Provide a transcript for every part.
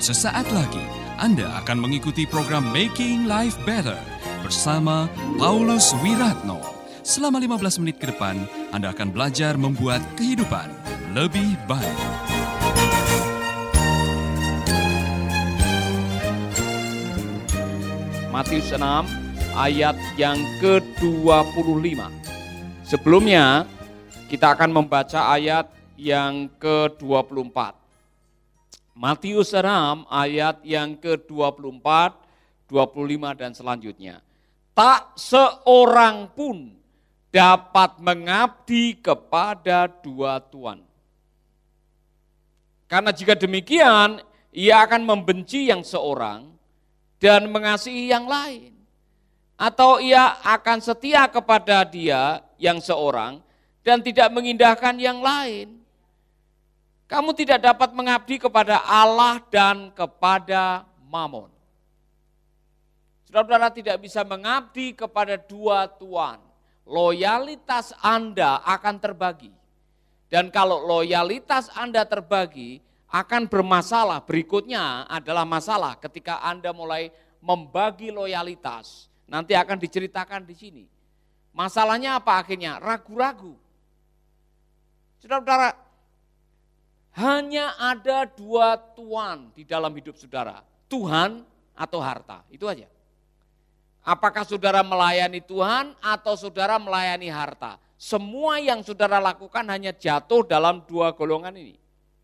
Sesaat lagi Anda akan mengikuti program Making Life Better bersama Paulus Wiratno. Selama 15 menit ke depan, Anda akan belajar membuat kehidupan lebih baik. Matius 6 ayat yang ke-25. Sebelumnya kita akan membaca ayat yang ke-24. Matius 6 ayat yang ke-24, 25 dan selanjutnya. Tak seorang pun dapat mengabdi kepada dua tuan. Karena jika demikian, ia akan membenci yang seorang dan mengasihi yang lain. Atau ia akan setia kepada dia yang seorang dan tidak mengindahkan yang lain. Kamu tidak dapat mengabdi kepada Allah dan kepada Mamon. Saudara-saudara tidak bisa mengabdi kepada dua tuan. Loyalitas Anda akan terbagi. Dan kalau loyalitas Anda terbagi, akan bermasalah. Berikutnya adalah masalah ketika Anda mulai membagi loyalitas. Nanti akan diceritakan di sini. Masalahnya apa akhirnya? Ragu-ragu. Saudara-saudara, hanya ada dua tuan di dalam hidup saudara, Tuhan atau harta, itu aja. Apakah saudara melayani Tuhan atau saudara melayani harta? Semua yang saudara lakukan hanya jatuh dalam dua golongan ini.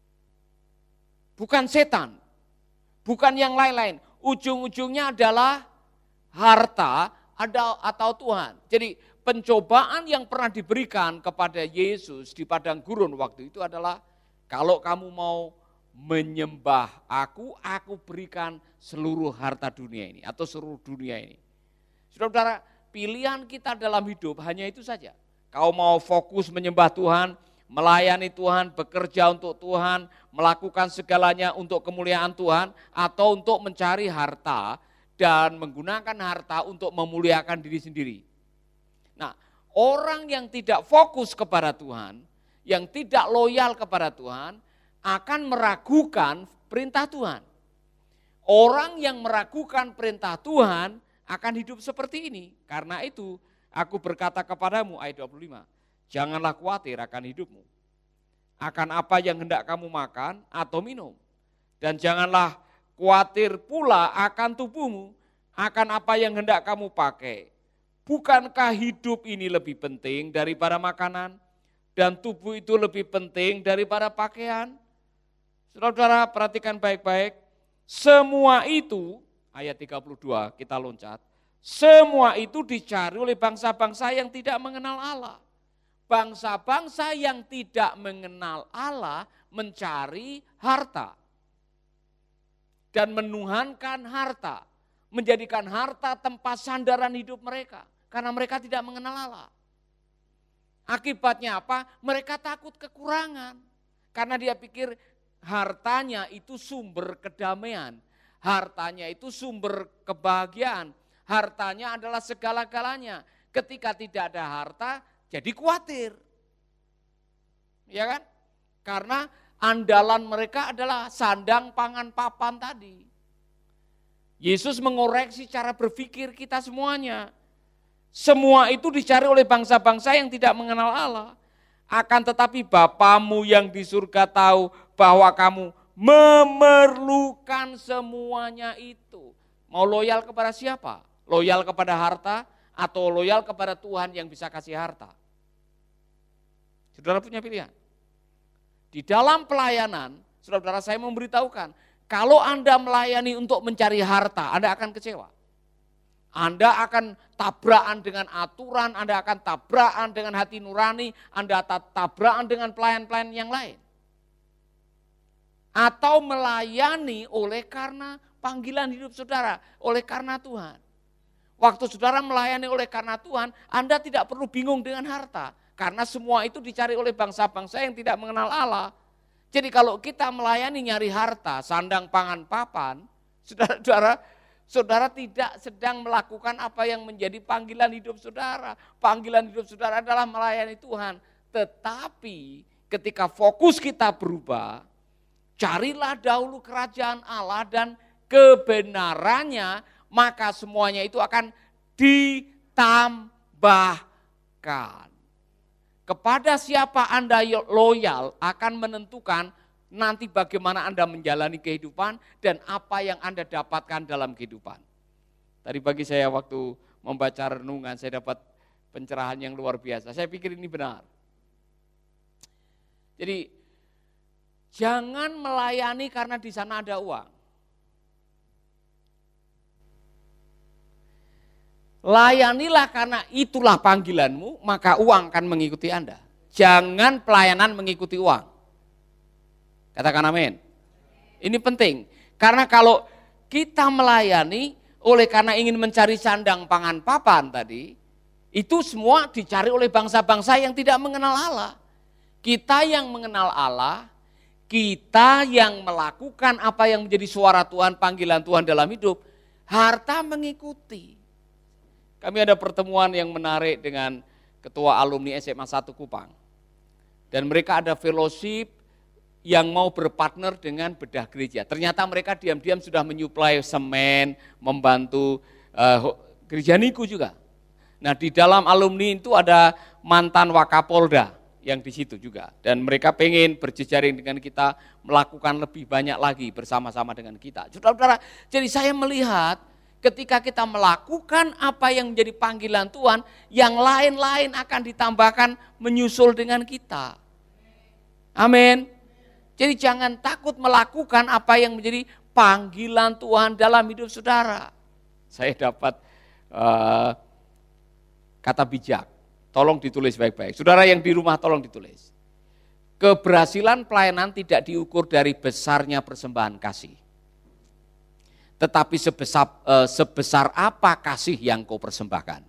Bukan setan, bukan yang lain-lain. Ujung-ujungnya adalah harta atau Tuhan. Jadi pencobaan yang pernah diberikan kepada Yesus di padang gurun waktu itu adalah, kalau kamu mau menyembah aku berikan seluruh harta dunia ini atau seluruh dunia ini. Saudara-saudara, pilihan kita dalam hidup hanya itu saja. Kau mau fokus menyembah Tuhan, melayani Tuhan, bekerja untuk Tuhan, melakukan segalanya untuk kemuliaan Tuhan, atau untuk mencari harta dan menggunakan harta untuk memuliakan diri sendiri. Nah, orang yang tidak fokus kepada Tuhan, yang tidak loyal kepada Tuhan, akan meragukan perintah Tuhan. Orang yang meragukan perintah Tuhan akan hidup seperti ini. Karena itu aku berkata kepadamu, ayat 25, janganlah khawatir akan hidupmu, akan apa yang hendak kamu makan atau minum. Dan janganlah khawatir pula akan tubuhmu, akan apa yang hendak kamu pakai. Bukankah hidup ini lebih penting daripada makanan, dan tubuh itu lebih penting daripada pakaian? Saudara-saudara, perhatikan baik-baik. Semua itu, ayat 32 kita loncat, semua itu dicari oleh bangsa-bangsa yang tidak mengenal Allah. Bangsa-bangsa yang tidak mengenal Allah mencari harta dan menuhankan harta, menjadikan harta tempat sandaran hidup mereka karena mereka tidak mengenal Allah. Akibatnya apa? Mereka takut kekurangan. Karena dia pikir hartanya itu sumber kedamaian. Hartanya itu sumber kebahagiaan. Hartanya adalah segala-galanya. Ketika tidak ada harta, jadi khawatir. Ya kan? Karena andalan mereka adalah sandang, pangan, papan tadi. Yesus mengoreksi cara berpikir kita semuanya. Semua itu dicari oleh bangsa-bangsa yang tidak mengenal Allah. Akan tetapi Bapamu yang di surga tahu bahwa kamu memerlukan semuanya itu. Mau loyal kepada siapa? Loyal kepada harta atau loyal kepada Tuhan yang bisa kasih harta? Saudara punya pilihan. Di dalam pelayanan, saudara-saudara, saya memberitahukan, kalau Anda melayani untuk mencari harta, Anda akan kecewa. Anda akan tabrakan dengan aturan, Anda akan tabrakan dengan hati nurani, Anda tabrakan dengan pelayan-pelayan yang lain. Atau melayani oleh karena panggilan hidup saudara, oleh karena Tuhan. Waktu saudara melayani oleh karena Tuhan, Anda tidak perlu bingung dengan harta. Karena semua itu dicari oleh bangsa-bangsa yang tidak mengenal Allah. Jadi kalau kita melayani nyari harta, sandang, pangan, papan, saudara tidak sedang melakukan apa yang menjadi panggilan hidup saudara. Panggilan hidup saudara adalah melayani Tuhan. Tetapi ketika fokus kita berubah, Carilah dahulu kerajaan Allah dan kebenarannya, maka semuanya itu akan ditambahkan. Kepada siapa Anda loyal akan menentukan nanti bagaimana Anda menjalani kehidupan dan apa yang Anda dapatkan dalam kehidupan. Tadi pagi saya waktu membaca renungan, saya dapat pencerahan yang luar biasa. Saya pikir ini benar. Jadi jangan melayani karena di sana ada uang. Layanilah karena itulah panggilanmu, maka uang akan mengikuti Anda. Jangan pelayanan mengikuti uang. Katakan amin. Ini penting, karena kalau kita melayani oleh karena ingin mencari sandang pangan papan tadi, itu semua dicari oleh bangsa-bangsa yang tidak mengenal Allah. Kita yang mengenal Allah, kita yang melakukan apa yang menjadi suara Tuhan, panggilan Tuhan dalam hidup, harta mengikuti. Kami ada pertemuan yang menarik dengan ketua alumni SMA 1 Kupang. Dan mereka ada fellowship yang mau berpartner dengan bedah gereja. Ternyata mereka diam-diam sudah menyuplai semen, membantu gereja Niku juga. Nah, di dalam alumni itu ada mantan Wakapolda yang di situ juga. Dan mereka pengen berjejaring dengan kita, melakukan lebih banyak lagi bersama-sama dengan kita. Saudara-saudara, jadi saya melihat ketika kita melakukan apa yang menjadi panggilan Tuhan, yang lain-lain akan ditambahkan menyusul dengan kita. Amin. Jadi jangan takut melakukan apa yang menjadi panggilan Tuhan dalam hidup saudara. Saya dapat kata bijak, tolong ditulis baik-baik. Saudara yang di rumah tolong ditulis. Keberhasilan pelayanan tidak diukur dari besarnya persembahan kasih. Tetapi sebesar apa kasih yang kau persembahkan.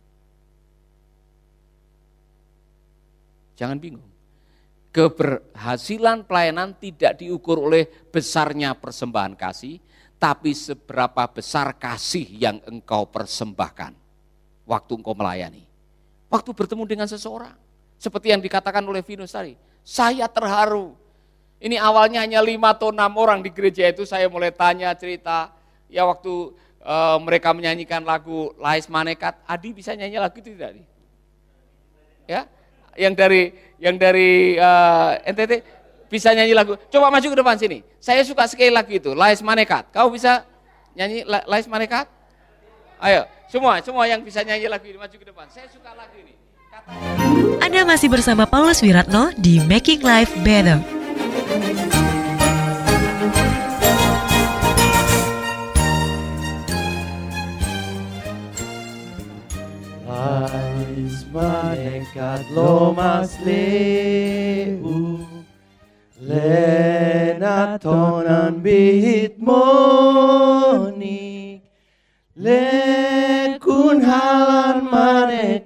Jangan bingung. Keberhasilan pelayanan tidak diukur oleh besarnya persembahan kasih, tapi seberapa besar kasih yang engkau persembahkan waktu engkau melayani. Waktu bertemu dengan seseorang, seperti yang dikatakan oleh Vinus tadi, saya terharu. Ini awalnya hanya 5 atau 6 orang di gereja itu, saya mulai tanya cerita. Ya waktu mereka menyanyikan lagu Lais Manekat, Adi bisa nyanyi lagu itu tidak? Ya, yang dari NTT bisa nyanyi lagu. Coba maju ke depan sini. Saya suka sekali lagu itu, Lais Manekat. Kau bisa nyanyi Lais Manekat? Ayo, semua yang bisa nyanyi lagu ini maju ke depan. Saya suka lagu ini. Anda masih bersama Paulus Wiratno di Making Life Better. Lais manekat lomas leu, lenatonan bihit monik, lekun halan manek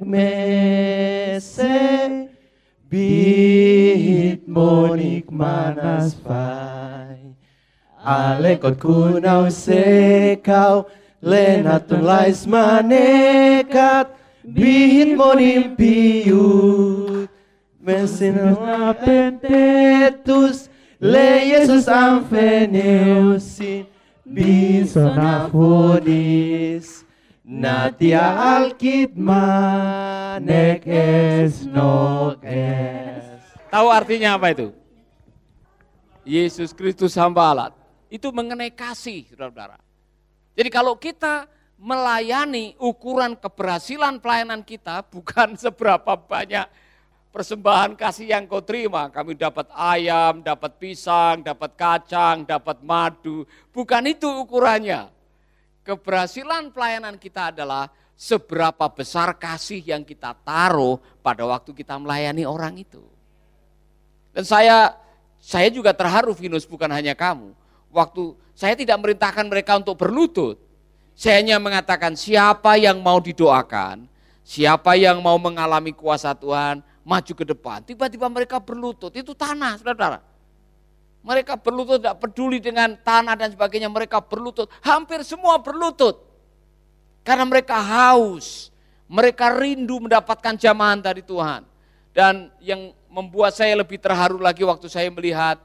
mese, bihit monik manas fai, alekot kunau sekau, lenatun lais manekat, bihit monim piut, mesinna pentetus, le Yesus amfeneusin, bisona fonis, natia alkit manek es nok es. Tahu artinya apa itu? Yesus Kristus hamba Allah. Itu mengenai kasih, saudara-saudara. Jadi kalau kita melayani, ukuran keberhasilan pelayanan kita bukan seberapa banyak persembahan kasih yang kau terima. Kami dapat ayam, dapat pisang, dapat kacang, dapat madu. Bukan itu ukurannya. Keberhasilan pelayanan kita adalah seberapa besar kasih yang kita taruh pada waktu kita melayani orang itu. Dan saya juga terharu, Vinus, bukan hanya kamu. Waktu saya tidak merintahkan mereka untuk berlutut. Saya hanya mengatakan siapa yang mau didoakan, siapa yang mau mengalami kuasa Tuhan, maju ke depan. Tiba-tiba mereka berlutut, itu tanah, saudara-saudara. Mereka berlutut, tidak peduli dengan tanah dan sebagainya, mereka berlutut. Hampir semua berlutut. Karena mereka haus, mereka rindu mendapatkan jamahan dari Tuhan. Dan yang membuat saya lebih terharu lagi waktu saya melihat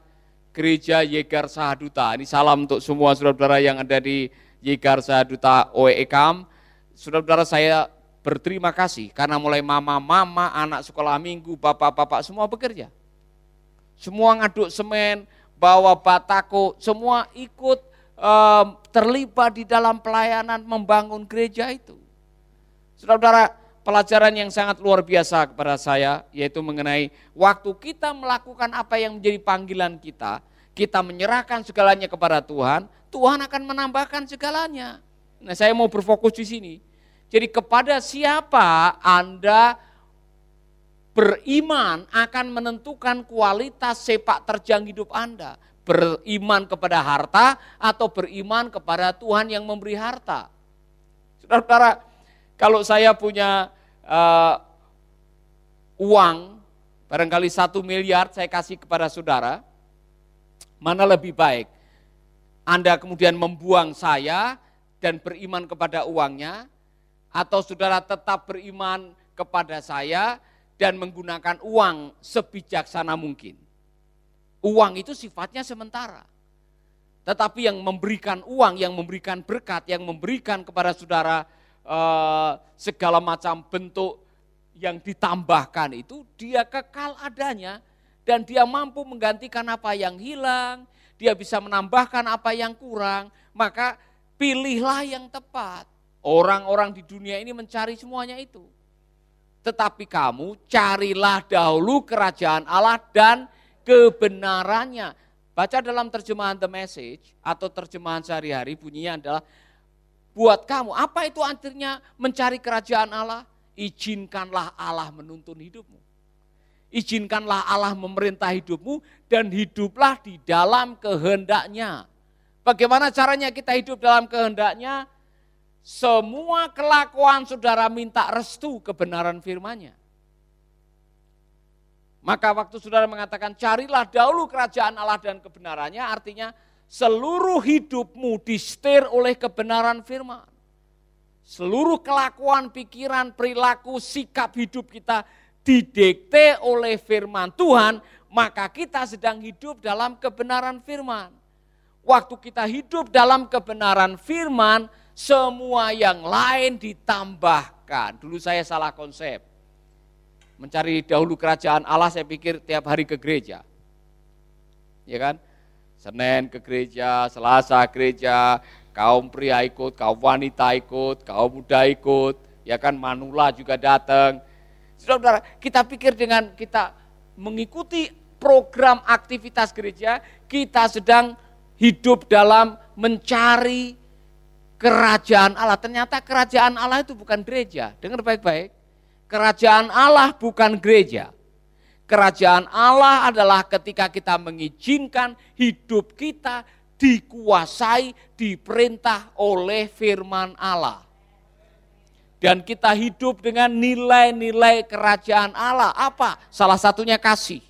Gereja Yegar Sahaduta. Ini salam untuk semua saudara-saudara yang ada di Yegar Sahaduta OEKAM. Saudara-saudara, saya berterima kasih karena mulai mama-mama, anak sekolah minggu, bapak-bapak semua bekerja. Semua ngaduk semen, bawa batako, semua ikut terlibat di dalam pelayanan membangun gereja itu. Saudara-saudara, pelajaran yang sangat luar biasa kepada saya, yaitu mengenai waktu kita melakukan apa yang menjadi panggilan kita, kita menyerahkan segalanya kepada Tuhan, Tuhan akan menambahkan segalanya. Nah, saya mau berfokus di sini. Jadi kepada siapa Anda beriman akan menentukan kualitas sepak terjang hidup Anda. Beriman kepada harta atau beriman kepada Tuhan yang memberi harta. Saudara-saudara, kalau saya punya uang, barangkali 1 miliar saya kasih kepada saudara, mana lebih baik? Anda kemudian membuang saya dan beriman kepada uangnya, atau saudara tetap beriman kepada saya dan menggunakan uang sebijaksana mungkin? Uang itu sifatnya sementara. Tetapi yang memberikan uang, yang memberikan berkat, yang memberikan kepada saudara segala macam bentuk yang ditambahkan itu, dia kekal adanya dan dia mampu menggantikan apa yang hilang, dia bisa menambahkan apa yang kurang. Maka pilihlah yang tepat. Orang-orang di dunia ini mencari semuanya itu. Tetapi kamu carilah dahulu kerajaan Allah dan kebenarannya. Baca dalam terjemahan The Message atau terjemahan sehari-hari, bunyinya adalah, buat kamu, apa itu artinya mencari kerajaan Allah? Izinkanlah Allah menuntun hidupmu. Izinkanlah Allah memerintah hidupmu dan hiduplah di dalam kehendaknya. Bagaimana caranya kita hidup dalam kehendaknya? Semua kelakuan saudara minta restu kebenaran firman-Nya. Maka waktu saudara mengatakan carilah dahulu kerajaan Allah dan kebenarannya, artinya seluruh hidupmu disetir oleh kebenaran firman. Seluruh kelakuan, pikiran, perilaku, sikap hidup kita didikte oleh firman Tuhan, maka kita sedang hidup dalam kebenaran firman. Waktu kita hidup dalam kebenaran firman, semua yang lain ditambahkan. Dulu saya salah konsep. Mencari dahulu kerajaan Allah, saya pikir tiap hari ke gereja. Ya kan? Senin ke gereja, Selasa gereja, kaum pria ikut, kaum wanita ikut, kaum muda ikut, ya kan, manula juga datang. Saudara-saudara, kita pikir dengan kita mengikuti program aktivitas gereja, kita sedang hidup dalam mencari kerajaan Allah. Ternyata kerajaan Allah itu bukan gereja. Dengar baik-baik. Kerajaan Allah bukan gereja. Kerajaan Allah adalah ketika kita mengizinkan hidup kita dikuasai, diperintah oleh firman Allah. Dan kita hidup dengan nilai-nilai kerajaan Allah. Apa? Salah satunya kasih.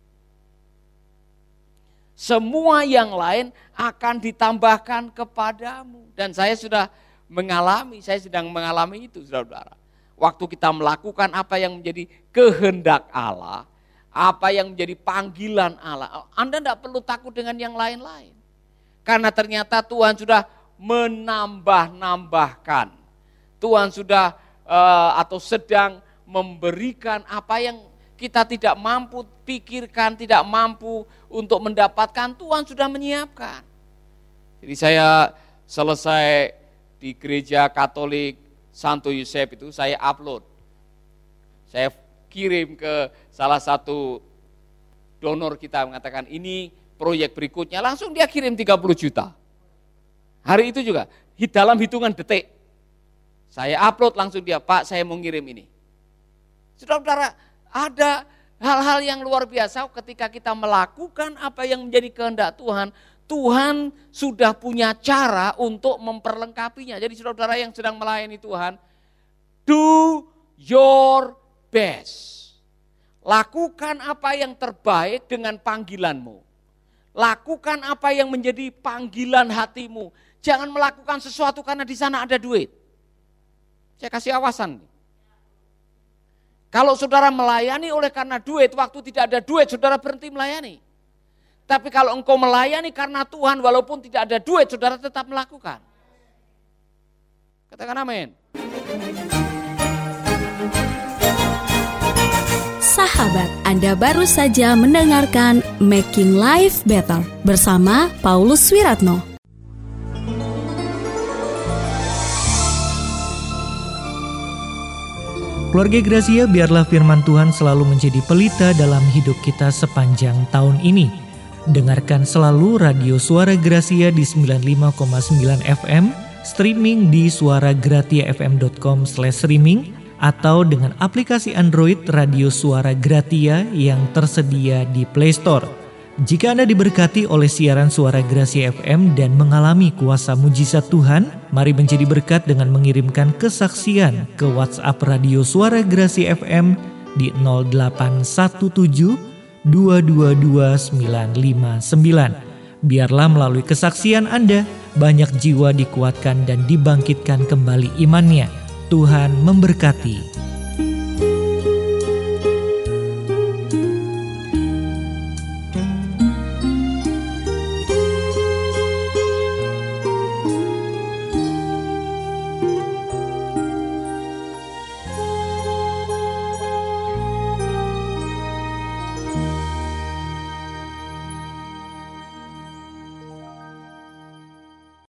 Semua yang lain akan ditambahkan kepadamu. Dan saya sedang mengalami itu, saudara-saudara. Waktu kita melakukan apa yang menjadi kehendak Allah, apa yang menjadi panggilan Allah, Anda tidak perlu takut dengan yang lain-lain. Karena ternyata Tuhan sudah menambah-nambahkan. Tuhan sudah atau sedang memberikan apa yang kita tidak mampu pikirkan, tidak mampu untuk mendapatkan, Tuhan sudah menyiapkan. Jadi saya selesai di gereja Katolik Santo Yosef itu, saya upload. Saya kirim ke salah satu donor kita, mengatakan ini proyek berikutnya, langsung dia kirim 30 juta. Hari itu juga, dalam hitungan detik, saya upload langsung dia, Pak saya mau ngirim ini. Saudara-saudara, ada hal-hal yang luar biasa ketika kita melakukan apa yang menjadi kehendak Tuhan. Tuhan sudah punya cara untuk memperlengkapinya. Jadi saudara-saudara yang sedang melayani Tuhan, do your best. Lakukan apa yang terbaik dengan panggilanmu. Lakukan apa yang menjadi panggilan hatimu. Jangan melakukan sesuatu karena di sana ada duit. Saya kasih awasan. Kalau saudara melayani oleh karena duit, waktu tidak ada duit, saudara berhenti melayani. Tapi kalau engkau melayani karena Tuhan, walaupun tidak ada duit, saudara tetap melakukan. Katakan amin. Sahabat, Anda baru saja mendengarkan Making Life Better bersama Paulus Wiratno. Keluarga Gracia, biarlah firman Tuhan selalu menjadi pelita dalam hidup kita sepanjang tahun ini. Dengarkan selalu radio Suara Gracia di 95,9 FM, streaming di suaragratiafm.com/streaming, atau dengan aplikasi Android Radio Suara Gratia yang tersedia di Play Store. Jika Anda diberkati oleh siaran Suara Gracia FM dan mengalami kuasa mujizat Tuhan, mari menjadi berkat dengan mengirimkan kesaksian ke WhatsApp Radio Suara Gracia FM di 0817 222 959. Biarlah melalui kesaksian Anda, banyak jiwa dikuatkan dan dibangkitkan kembali imannya. Tuhan memberkati.